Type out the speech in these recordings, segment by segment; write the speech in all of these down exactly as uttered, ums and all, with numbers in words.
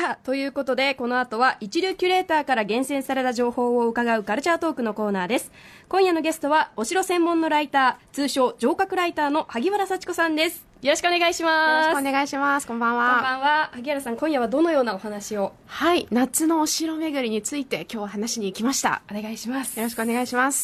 さあということで、この後は一流キュレーターから厳選された情報を伺うカルチャートークのコーナーです。今夜のゲストはお城専門のライター、通称城郭ライターの萩原幸子さんです。よろしくお願いします。 よろしくお願いします。こんばんは。 こんばんは。萩原さん、今夜はどのようなお話を？ はい、夏のお城巡りについて今日は話しに来ました。 お願いします。 よろしくお願いします。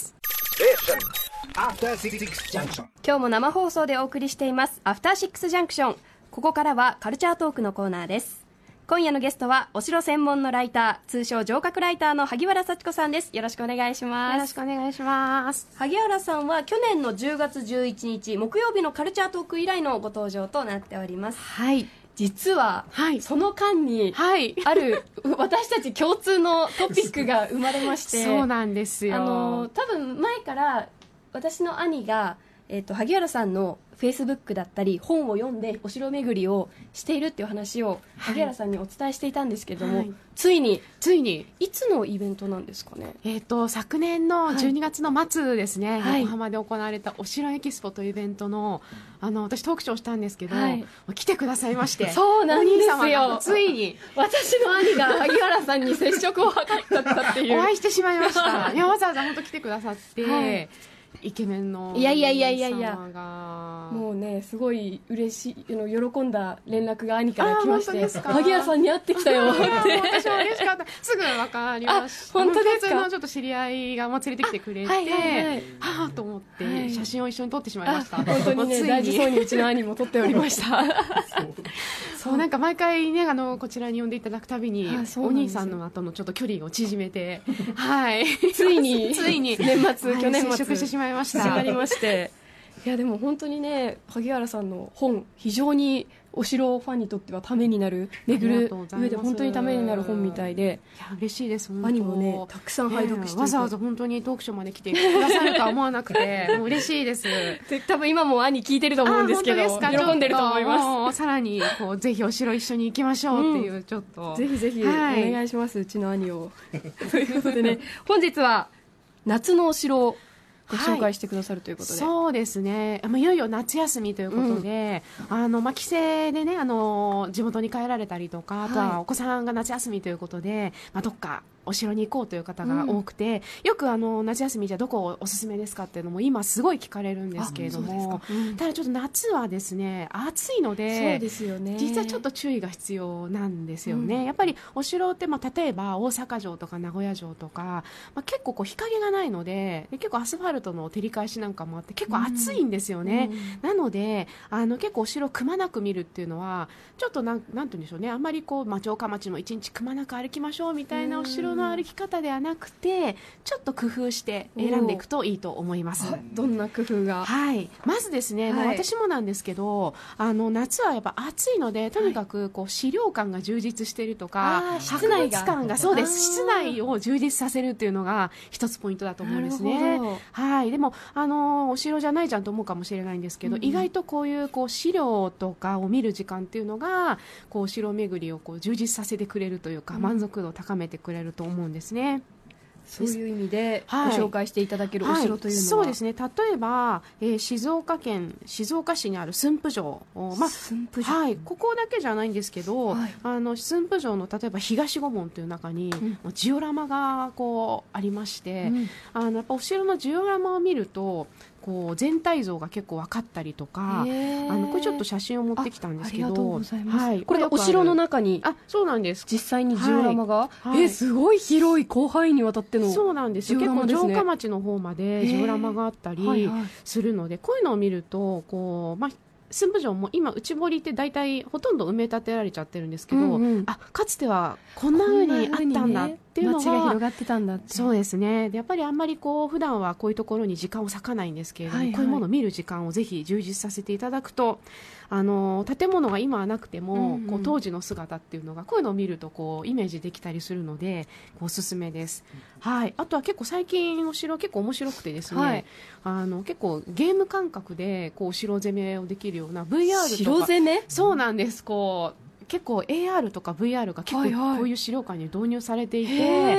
今日も生放送でお送りしていますアフターシックスジャンクション。ここからはカルチャートークのコーナーです。今夜のゲストはお城専門のライター、通称城郭ライターの萩原幸子さんです。よろしくお願いします。 よろしくお願いします。 萩原さんは去年のじゅうがつじゅういちにち木曜日のカルチャートーク以来のご登場となっております。 はい。 実は、はい、その間に、 はい、 ある私たち共通のトピックが生まれましてそうなんですよ。 あの多分前から私の兄が、えーと、萩原さんのフェイスブックだったり本を読んでお城巡りをしているっていう話を萩原さんにお伝えしていたんですけども、はい、ついについにいつのイベントなんですかね？ えーと昨年のじゅうにがつの末ですね、 はい、 横浜で行われたお城エキスポというイベントの、あの私トークショーしたんですけど、はい、来てくださいましてそうなんですよ。 ついに私の兄が萩原さんに接触を図ったっていうお会いしてしまいましたいやわざわざ本当来てくださって、はい、イケメンのいやいやいやいやいやがもうねすごい嬉しい喜んだ連絡が兄から来まして、萩原さんに会ってきたよって私も嬉しかった。すぐ分かりました。 本当ですか？ 共通のちょっと知り合いがもう連れてきてくれて、はいはいはい、はぁと思って写真を一緒に撮ってしまいました。 本当にね大事そうにうちの兄も撮っておりましたそうなんか毎回ねあのこちらに呼んでいただくたびにお兄さんの後のちょっと距離を縮めてはいついについに年末、はい、去年末接触してしまいました始まりましていやでも本当にね萩原さんの本非常にお城ファンにとってはためになる巡る上で本当にためになる本みたいで、 いや嬉しいです。 兄もねたくさん拝読していて、 わざわざ本当にトークショーまで来てくださるとは思わなくてもう嬉しいです多分今も兄聞いてると思うんですけど喜んでると思います。 さらにこうぜひお城一緒に行きましょうっていう、うん、ちょっとぜひぜひお願いします、はい、うちの兄をということでね本日は夏のお城をご紹介してくださるということで、 はい、そうですね、いよいよ夏休みということで、うん、あのまあ、帰省でねあの地元に帰られたりとか、はい、あとはお子さんが夏休みということで、まあ、どっかお城に行こうという方が多くて、うん、よくあの夏休みじゃどこをおすすめですかっていうのも今すごい聞かれるんですけれども、うん、ただちょっと夏はですね暑いので、 そうですよね、 実はちょっと注意が必要なんですよね、うん、やっぱりお城って、まあ、例えば大阪城とか名古屋城とか、まあ、結構こう日陰がないので、で結構アスファルトの照り返しなんかもあって結構暑いんですよね、うん、なのであの結構お城をくまなく見るっていうのはちょっとなん、なんて言うんでしょうね、あんまりこう、まあ、城下町の一日くまなく歩きましょうみたいなお城の歩き方ではなくて、ちょっと工夫して選んでいくといいと思います。 どんな工夫が？ はい、まずですね、はい、まあ、私もなんですけどあの夏はやっぱ暑いのでとにかくこう資料館が充実しているとか、 室内が博物館がそうです室内を充実させるっていうのが一つポイントだと思うんですね。はい、でもあのお城じゃないじゃんと思うかもしれないんですけど、うん、意外とこういうこう資料とかを見る時間っていうのがこうお城巡りをこう充実させてくれるというか、うん、満足度を高めてくれると思うんですね。 そういう意味でご紹介していただけるお城というのは、はいはい、 そうですね、例えば、えー、静岡県静岡市にある駿府城、まあ駿府城、 はい、ここだけじゃないんですけど、はい、あの駿府城の例えば東御門という中に、うん、ジオラマがこうありまして、うん、あのやっぱお城のジオラマを見るとこう全体像が結構分かったりとか、あのこれちょっと写真を持ってきたんですけど、 ありがとうございます、 はい、 これお城の中に、 あ、そうなんです、 実際にジオラマが、 はいはい、 えー、すごい広い広範囲にわたっての、 そうなんですよ、結構城下町の方までジオラマがあったりするので、こういうのを見るとこう、まあ駿府城も今内堀って大体ほとんど埋め立てられちゃってるんですけど、うんうん、あかつてはこんな風にあったんだっていうのが、 街が広がってたんだって。 そうですね、でやっぱりあんまりこう普段はこういうところに時間を割かないんですけれども、はいはい、こういうものを見る時間をぜひ充実させていただくと、あの建物が今はなくても、うんうん、こう当時の姿っていうのがこういうのを見るとこうイメージできたりするのでおすすめです、うん、はい、あとは結構最近お城結構面白くてですね、はい、あの結構ゲーム感覚でこう城攻めをできるような ブイアール とか、 城攻め、 そうなんです、こう結構 エーアール とか ブイアール が結構こういう資料館に導入されていて、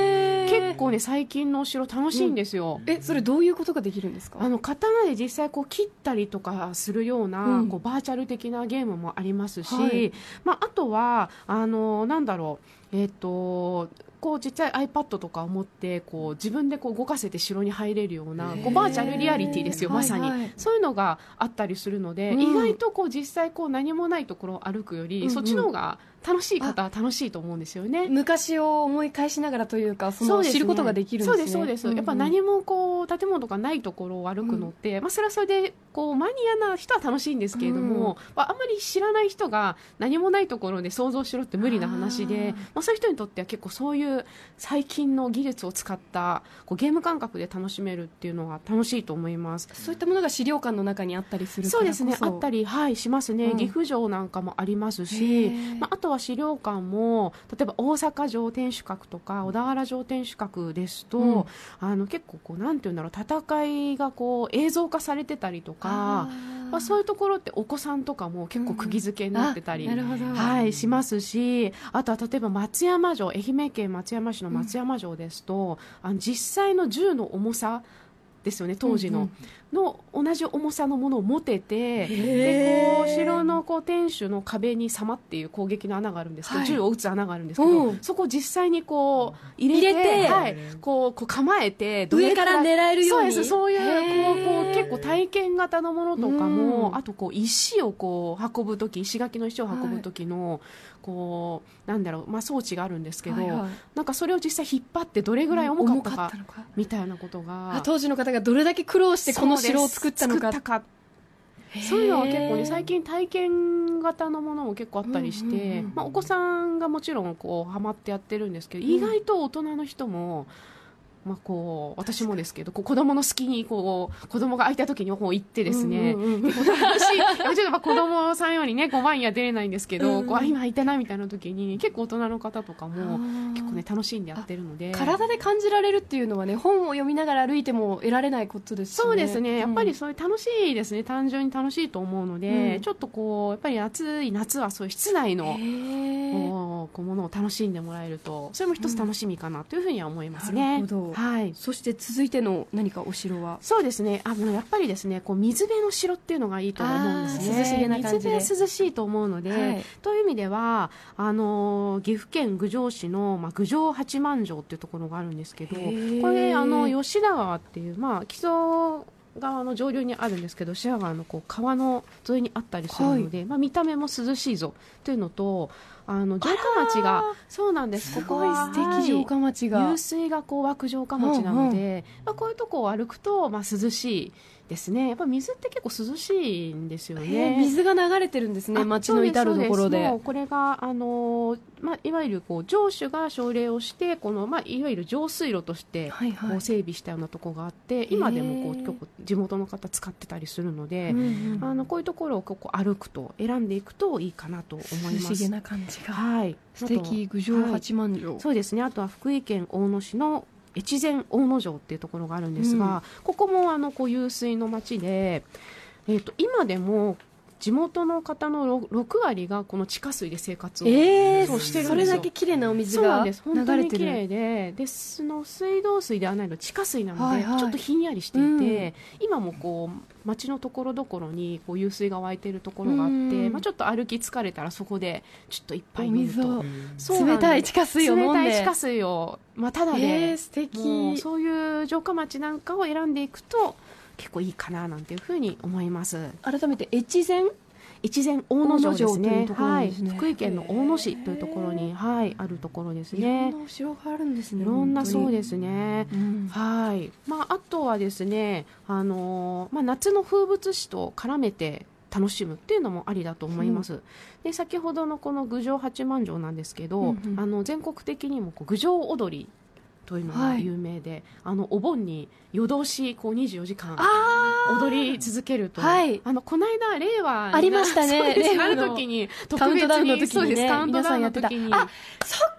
結構ね最近のお城楽しいんですよ、 うん、えそれどういうことができるんですか？ あの刀で実際こう切ったりとかするような、 うん、 こうバーチャル的なゲームもありますし、 はい、 まあ、あとはあのなんだろう、えーとこうちっちゃい iPad とかを持ってこう自分でこう動かせて城に入れるようなこうバーチャルリアリティですよ、まさに、はいはい、そういうのがあったりするので、うん、意外とこう実際こう何もないところを歩くより、うんうん、そっちの方が楽しい方は楽しいと思うんですよね。 昔を思い返しながらというか、その知ることができるんですね。 そうですそうです、うんうん、やっぱ何もこう建物がないところを歩くのって、うん、まあ、それはそれでこうマニアな人は楽しいんですけれども、うんまあ、あんまり知らない人が何もないところで想像しろって無理な話で、あ、まあ、そういう人にとっては結構そういう最近の技術を使ったこうゲーム感覚で楽しめるっていうのは楽しいと思います。 そういったものが資料館の中にあったりするからこそ。 そうですね、あったり、はい、しますね、うん、岐阜城なんかもありますし、まあ、あとは資料館も例えば大阪城天守閣とか小田原城天守閣ですと、うん、あの結構こうなんていうんだろう、戦いがこう映像化されてたりとか、まあ、そういうところってお子さんとかも結構釘付けになってたり、うん、はい、しますし、あとは例えば松山城、愛媛県松山市の松山城ですと、うん、あの実際の銃の重さですよね、当時の、うんうん、の同じ重さのものを持てて、でこう城のこう天守の壁に様っていう攻撃の穴があるんですけど、はい、銃を撃つ穴があるんですけど、うん、そこを実際にこう入れて、入れて、はい、こうこう構えて上から狙えるように、 そうです、そういうこうこう結構体験型のものとかも、うん、あとこう石をこう運ぶとき、石垣の石を運ぶときの、はい、こうなんだろう、まあ、装置があるんですけど、はいはい、なんかそれを実際引っ張ってどれぐらい重かったか、うん、かみたいなことが、 当時の方がどれだけ苦労してこの城を作ったのか、 そういうのは結構ね、最近体験型のものも結構あったりして、うんうんうん、まあ、お子さんがもちろんこうハマってやってるんですけど、意外と大人の人も、まあ、こう私もですけど、こう子供の隙にこう子供が空いた時にこう行ってですね、うんうんうん、結構楽しいちょっとまあ子供さんよりねこう前には出れないんですけど、うん、こう今空いてないみたいな時に結構大人の方とかも結構ね楽しんでやってるので、 体で感じられるっていうのはね、本を読みながら歩いても得られないことですね。 そうですね、やっぱりそういう楽しいですね、単純に楽しいと思うので、うん、ちょっとこうやっぱり暑い夏はそういう室内のこうものを楽しんでもらえると、それも一つ楽しみかなというふうには思いますね。 なるほど、はい、そして続いての何かお城は？ そうですね、あのやっぱりですね、こう水辺の城っていうのがいいと思うんですね。 涼しげな感じで、 水辺涼しいと思うので、はい、という意味ではあの岐阜県郡上市の、まあ、郡上八幡城っていうところがあるんですけど、これあの吉田川っていう、まあ、木曽川の上流にあるんですけど、吉田川のこう川の沿いにあったりするので、はい、まあ、見た目も涼しいぞというのと、あの城下町が、そうなんです、 すごい素敵、城下町が、 湧水がこう湧く城下町なので、うんうん、まあ、こういうとこを歩くと、まあ、涼しいですね。やっぱ水って結構涼しいんですよね。 水が流れてるんですね、町の至るところで。 もうこれがあの、まあ、いわゆるこう城主が奨励をしてこの、まあ、いわゆる上水路としてこう整備したようなところがあって、はいはい、今でもこう結構地元の方使ってたりするので、うんうん、あのこういうところをここ歩くと選んでいくといいかなと思います。 不思議な感じが、 はい、 素敵。郡上八幡城、 はい、そうですね。あとは福井県大野市の越前大野城っていうところがあるんですが、うん、ここもあのこう湧水の町で、えー、と今でも地元の方のろく割がこの地下水で生活を、 えー、 そうしてるんですよ。 それだけ綺麗なお水が流れてる。 そうなんです、本当に綺麗で、でその水道水ではないの地下水なので、はいはい、ちょっとひんやりしていて、うん、今もこう町のところどころにこう湧水が湧いているところがあって、うん、まあ、ちょっと歩き疲れたらそこでちょっと一杯飲むと、 冷たい地下水を飲んで、 冷たい地下水を、まあ、ただで、 えー、素敵。 そういう城下町なんかを選んでいくと結構いいかななんていうふうに思います。 改めて越前越前大野城ですね。はい、福井県の大野市というところに、はい、あるところですね。 いろんなお城があるんですね。 いろんな、そうですね。うん、はい。まあ、あとはですね、あのー、まあ、夏の風物詩と絡めて楽しむっていうのもありだと思います。うん、で、先ほどのこの郡上八幡城なんですけど、うんうん、あの全国的にもこう郡上踊りというのが有名で、はい、あのお盆に夜通しこうにじゅうよじかん踊り続けると、はい、あのこの間令和ありましたね。 令和の時にカウントダウンの時にね、 カウントダウンの時に、 あ、そっ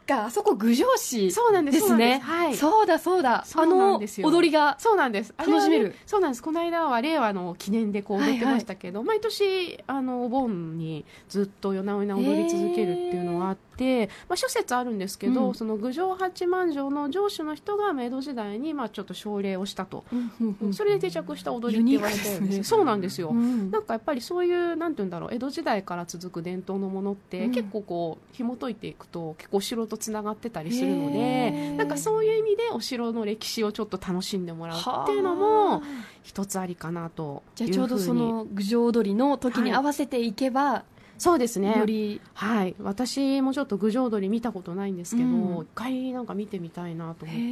か、あそこ郡上市そうなんですですね。 はい、 そうだそうだ、 そうあのなんですよ踊りがそうなんです楽しめる。 そうなんです。この間は令和の記念でこう踊ってましたけど、はいはい、毎年あのお盆にずっと夜な夜な踊り続けるっていうのがあって、まあ、諸説あるんですけど、うん、その郡上八幡城の城主の人が江戸時代にまあちょっと奨励をしたと、うんうんうん、それで定着した踊りって言われてるんですよ。そうなんですよ、うん、なんかやっぱりそういうなんていうんだろう、江戸時代から続く伝統のものって、うん、結構こう紐解いていくと結構お城とつながってたりするので、なんかそういう意味でお城の歴史をちょっと楽しんでもらうっていうのも一つありかなというふうに。 じゃあちょうどその郡上踊りの時に合わせていけば、はい、 そうですね、 より、 はい、私もちょっと郡上踊り見たことないんですけど、うん、一回なんか見てみたいなと思って。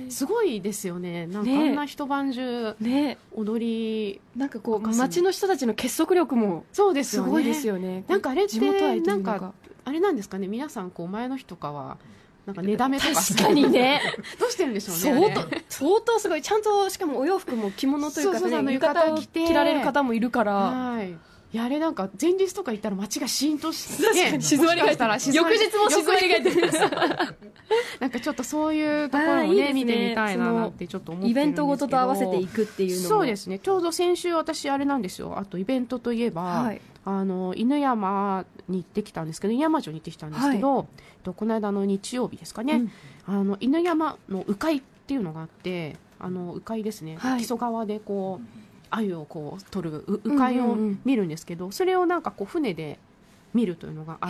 すごいですよね、なんかあんな一晩中踊り、 ね、なんかこう街の人たちの結束力もすごいですよね。 なんかあれってなんかあれなんですかね、皆さんこう前の日とかはなんか寝だめとか確かにねどうしてるんでしょうね。 相当相当すごい、ちゃんとしかもお洋服も着物というか、ね、浴衣を着られる方もいるから、 はい、いやあれなんか前日とか行ったら街がシーンとして、 ね、静まり返ったら翌日も静まり返ってるなんかちょっとそういうところを、ね、いいね、見てみたいななんてちょっと思ってるんですけど、イベントごとと合わせていくっていうのも。 そうですね、ちょうど先週私あれなんですよ、あとイベントといえば、はい、あの犬山に行ってきたんですけど、犬山城に行ってきたんですけど、はい、この間の日曜日ですかね、うん、あの犬山の鵜飼っていうのがあって、あの鵜飼ですね、はい、木曽川でこう鮎をこう取る鵜飼を見るんですけど、うんうんうん、それをなんかこう船で見るというのがあって、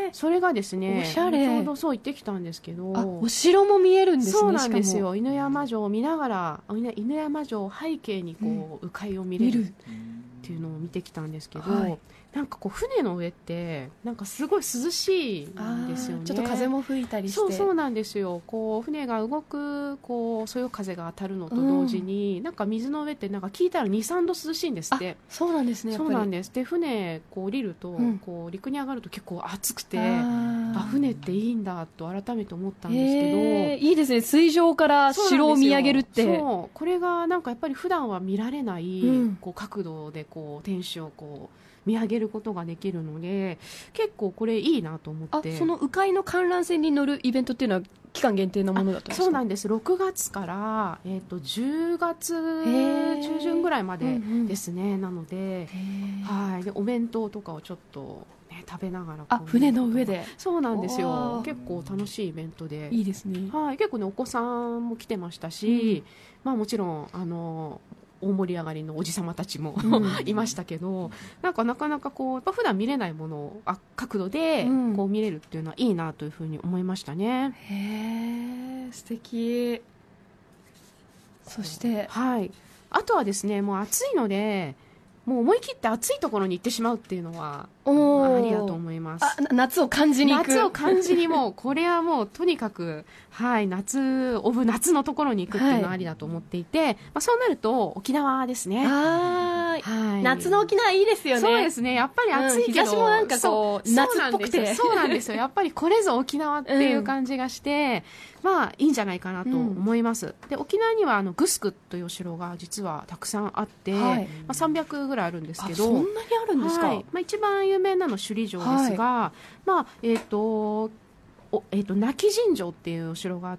それがですね、 おしゃれ、 ちょうどそう行ってきたんですけど、 お城も見えるんですね。 そうなんですよ、犬山城を見ながら、犬山城を背景にこう鵜飼を見れるっていうのを見てきたんですけど、はい、なんかこう船の上ってなんかすごい涼しいんですよね。 ちょっと風も吹いたりして。 そうそうなんですよ、こう船が動くこうそよ風が当たるのと同時に、うん、なんか水の上ってなんか聞いたらに、さんど涼しいんですって。 そうなんですね。 そうなんです。で船こう降りると、うん、こう陸に上がると結構暑くて、あ船っていいんだと改めて思ったんですけど、 えー、いいですね、水上から城を見上げるって。 そう、これがなんかやっぱり普段は見られない、うん、こう角度でこう天守をこう見上げることができるので、結構これいいなと思って。 あ、その鵜飼の観覧船に乗るイベントっていうのは期間限定なものだったんですか？ そうなんです。ろくがつから、えー、とじゅうがつ中旬ぐらいまでですね、うんうん、なので、はい、でお弁当とかをちょっと、ね、食べながら、 あ船の上で。 そうなんですよ、結構楽しいイベントでいいですね、 はい、結構ねお子さんも来てましたし、うん、まあ、もちろんあの大盛り上がりのおじさまたちも、うん、いましたけど、なんかなかなかこうやっぱ普段見れないものをあ角度でこう見れるっていうのはいいなというふうに思いましたね、 うん、へー素敵。そして、 はい、あとはですね、もう暑いのでもう思い切って暑いところに行ってしまうっていうのはありだと思います。 あ、夏を感じに行く。 夏を感じにもうこれはもうとにかく、はい、夏オブ夏のところに行くっていうのはありだと思っていて、はい、まあ、そうなると沖縄ですね。 あ、はい、夏の沖縄いいですよね。 そうですね、やっぱり暑いけど、うん、 日差しもなんかこう夏っぽくて、 そうなんですよやっぱりこれぞ沖縄っていう感じがして、うん、まあいいんじゃないかなと思います、うん、で沖縄にはあのグスクというお城が実はたくさんあって、はい、まあ、さんびゃくぐらいあるんですけど。 そんなにあるんですか？ はい、まあ、一番有名なの首里城ですが、はい、まあえーとおえー、と亡き神城っていうお城があって、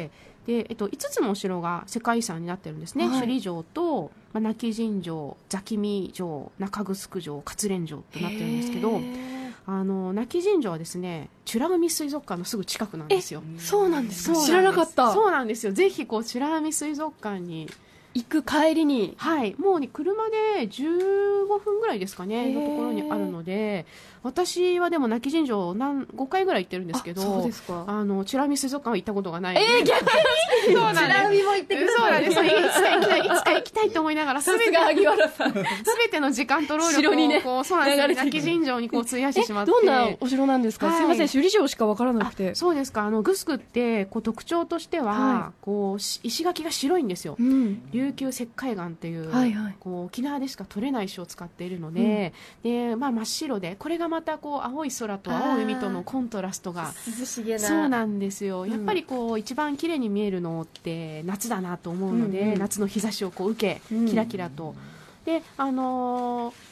で、えー、といつつのお城が世界遺産になってるんですね、はい、首里城と、まあ、亡き神城、座喜味城、中城城、活蓮城ってなってるんですけど、あの亡き神城はですね美ら海水族館のすぐ近くなんですよ。 そうなんですか？知らなかった。 そうなんですよ、ぜひこう美ら海水族館に行く帰りに、 はい、もう、ね、車でじゅうごふんぐらいですかねのところにあるので、私はでも亡き神城何ごかいぐらい行ってるんですけど、 そうですか。 あの美ら海水族館は行ったことがない。 えー、逆にそうなんです。 美ら海も行ってください。 そうなんです。いつか行きたい、いつか行きたいと思いながら、 さすが萩原さん、 すべての時間と労力を城にね、 こう、そうなんです。亡き神城にこう費やしてしまって。 どんなお城なんですか？はい、すみません、首里城しか分からなくて。 そうですか。あのグスクってこう特徴としては、はい、こう石垣が白いんですよ。うん、琉球石灰岩っていう、はいはい、こう沖縄でしか取れない石を使っているので、うん、でまあ、真っ白で、これがまたこう青い空と青い海とのコントラストが涼しげな。 そうなんですよ、やっぱりこう一番綺麗に見えるのって夏だなと思うので、うんうん、夏の日差しをこう受け、キラキラと、であのー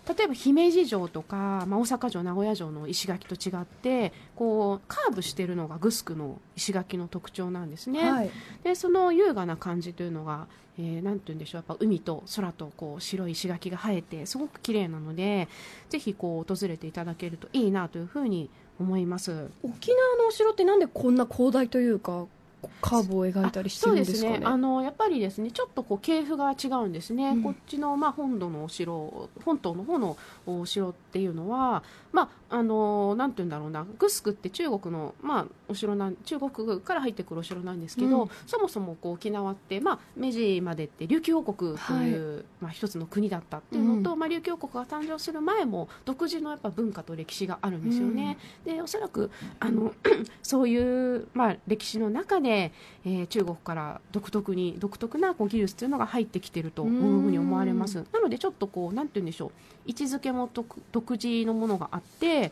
例えば姫路城とか、まあ、大阪城名古屋城の石垣と違ってこうカーブしているのがグスクの石垣の特徴なんですね、 はい、 でその優雅な感じというのが、えー、なんて言うんでしょう、やっぱ海と空とこう白い石垣が生えてすごく綺麗なので、ぜひこう訪れていただけるといいなというふうに思います。 沖縄のお城ってなんでこんな広大というかカーブを描いたりしてるんですかね。 そうですね、あのやっぱりですね、ちょっとこう系譜が違うんですね、 うん、 こっちの、まあ、本土のお城、本島の方のお城っていうのは、まあ、あのなんていうんだろうな、グスクって中国の、まあ、お城なん中国から入ってくるお城なんですけど、うん、そもそもこう沖縄って、まあ、明治までって琉球王国という、はい、まあ、一つの国だったっていうのと、うん、まあ、琉球王国が誕生する前も独自のやっぱ文化と歴史があるんですよね、うん、でおそらくあのそういう、まあ、歴史の中でえー、中国から独特に独特なこう技術というのが入ってきているというふうに思われます。なのでちょっとこうなんて言うんでしょう、位置づけも独自のものがあって、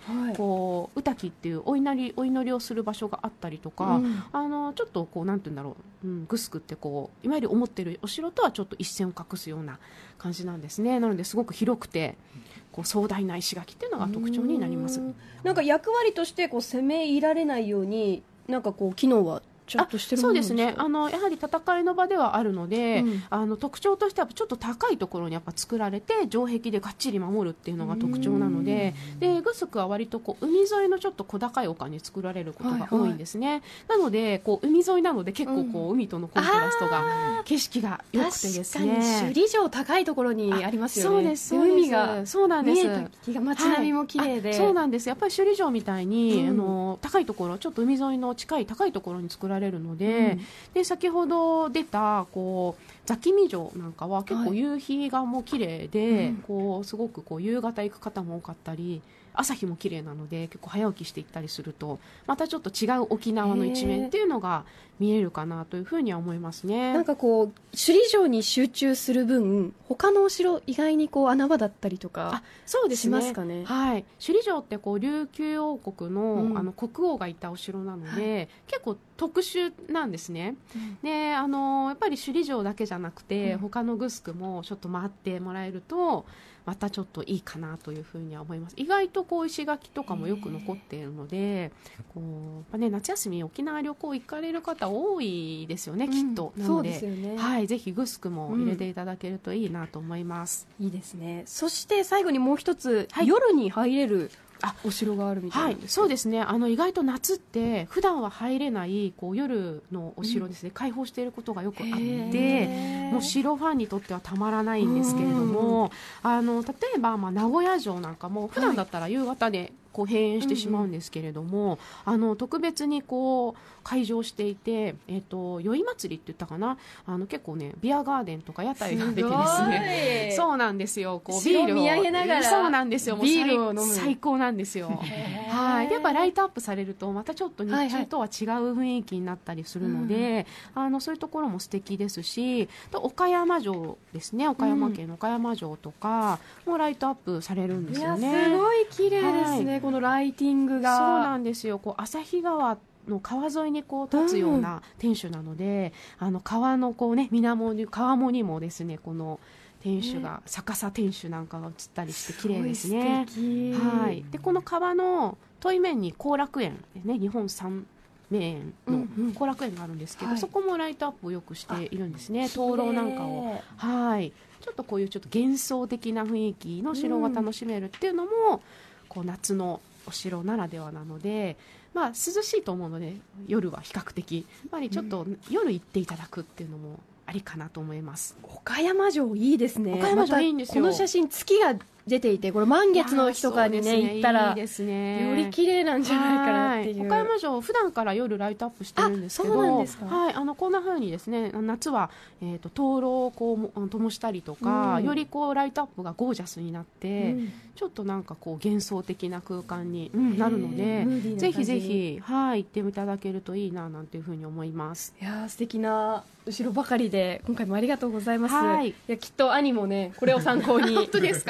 はい、こう宇滝っていうお祈りお祈りをする場所があったりとか、うん、あのちょっとこうなんて言うんだろう、うん、グスクってこういわゆる思っているお城とはちょっと一線を画すような感じなんですね。なのですごく広くてこう壮大な石垣っていうのが特徴になります。 なんか役割としてこう攻め入られないようになんかこう機能はちゃんとしてるものなんですか？ そうですね、あのやはり戦いの場ではあるので、うん、あの特徴としてはちょっと高いところにやっぱ作られて城壁でがっちり守るっていうのが特徴なので、でグスクは割とこう海沿いのちょっと小高い丘に作られることが多いんですね、はいはい、なのでこう海沿いなので結構こう、うん、海とのコントラストが景色が良くてですね、 確かに首里城高いところにありますよね。 そうですそうです、 海がそうなんです、 見えた気が街並みも綺麗で、 はい、そうなんです、やっぱり首里城みたいに、うん、あの高いところちょっと海沿いの近い高いところに作られるので、うんで先ほど出たこう座喜味城なんかは結構夕日がもう綺麗で、はい、こうすごくこう夕方行く方も多かったり、朝日も綺麗なので結構早起きしていったりするとまたちょっと違う沖縄の一面っていうのが見えるかなというふうには思いますね。 なんかこう首里城に集中する分他のお城意外にこう穴場だったりとかしますかね。 はい、首里城ってこう琉球王国 の,、うん、あの国王がいたお城なので、はい、結構特殊なんですね、うん、であのやっぱり首里城だけじゃなくて、うん、他のグスクもちょっと回ってもらえるとまたちょっといいかなというふうには思います。意外とこう石垣とかもよく残っているので、こうやっぱ、ね、夏休み沖縄旅行行かれる方多いですよね、うん、きっと。なので、 そうですよね、 はい、ぜひグスクも入れていただけるといいなと思います、 うん、いいですね。そして最後にもう一つ、はい、夜に入れるあお城があるみたいなんです、 はい、そうですね、あの意外と夏って普段は入れないこう夜のお城ですね、うん、開放していることがよくあってもう城ファンにとってはたまらないんですけれども、あの例えば、まあ、名古屋城なんかも普段だったら夕方でこう閉園してしまうんですけれども、うんうん、あの特別にこう開場していて、えーと、宵祭りって言ったかな、あの結構ねビアガーデンとか屋台が出てですね、そうなんですよ、こうビールを見上げながら、 そうなんですよ、もうビールを飲む最高なんですよはい、でやっぱライトアップされるとまたちょっと日中とは違う雰囲気になったりするので、はいはい、あのそういうところも素敵ですし、と岡山城ですね、岡山県の岡山城とかもライトアップされるんですよね。 いやすごい綺麗ですね、はい、このライティングが。 そうなんですよ、こう旭川の川沿いにこう立つような天守なので、うん、あの川のこうね水面に川面にもですねこの天守が、ね、逆さ天守なんかが映ったりして綺麗ですね。はい、でこの川の対面に後楽園でね、日本三名園の後楽園があるんですけど、うんうん、そこもライトアップをよくしているんですね、灯籠なんかを。はい、ちょっとこういうちょっと幻想的な雰囲気の城が楽しめるっていうのも、うん、こう夏のお城ならではなので、まあ、涼しいと思うので夜は比較的やっぱりちょっと夜行っていただくっていうのもありかなと思います、 うん、岡山城いいですね。 岡山城いいんですよ。 またこの写真月が出ていて、これ満月の日とかに ね, ね行ったらいいですね、より綺麗なんじゃないかなっていう。 岡山城普段から夜ライトアップしてるんですけど、 そうなんですか。 はい、あのこんな風にですね夏は、えー、と灯籠をこう灯したりとか、うん、よりこうライトアップがゴージャスになって、うん、ちょっとなんかこう幻想的な空間に、うん、なるので、ぜひぜひ、はい、行っていただけるといいななんていう風に思います。 いや素敵な後ろばかりで今回もありがとうございます。 はい、いやきっと兄もねこれを参考に本当ですか、 すぐ飛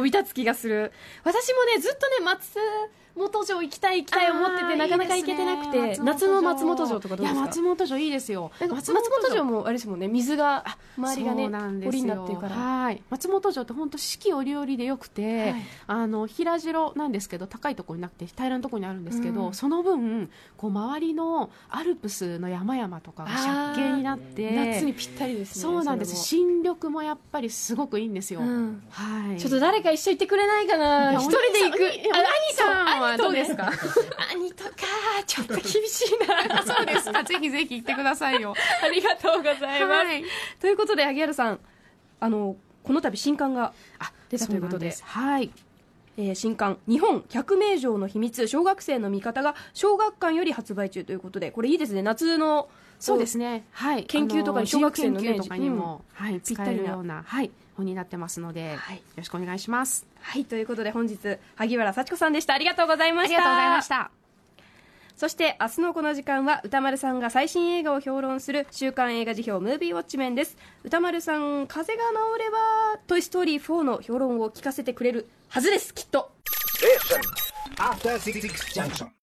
び立つ気がする。私もねずっとね松本城行きたい行きたい思っててなかなか行けてなくて、いいね、夏の松本城とかどうですか？ いや松本城いいですよ。 松本城もあれですもんね、水が周りがね堀になってるから。 はい、松本城って本当四季折々でよくて、はい、あの平城なんですけど高いところになくて平らなところにあるんですけど、うん、その分こう周りのアルプスの山々とかが借景になって夏にぴったりですね。 そうなんです。新緑もやっぱりすごくいいんですよ、うん、はい。 ちょっと誰か一緒行ってくれないかな。一人で行く。 兄さんはどうですか？ 兄とかちょっと厳しいな。 そうですか。ぜひぜひ行ってくださいよ。 ありがとうございます、はい、ということで萩原さん、あのこの度新刊が出たということ で, ではい、 えー、新刊日本百名城の秘密小学生の見方が小学館より発売中ということで、これいいですね。夏のそうですね、はい、 研究とかに小学生の、ね、 研究とかにも、うん、はい、使えるような、はい、本になってますので、はい、よろしくお願いします。 はい、ということで本日萩原幸子さんでした。ありがとうございました。 ありがとうございました。 そして明日のこの時間は歌丸さんが最新映画を評論する週刊映画辞表ムービーウォッチメンです。歌丸さん、風が治ればトイストーリーフォーの評論を聞かせてくれるはずです、きっと。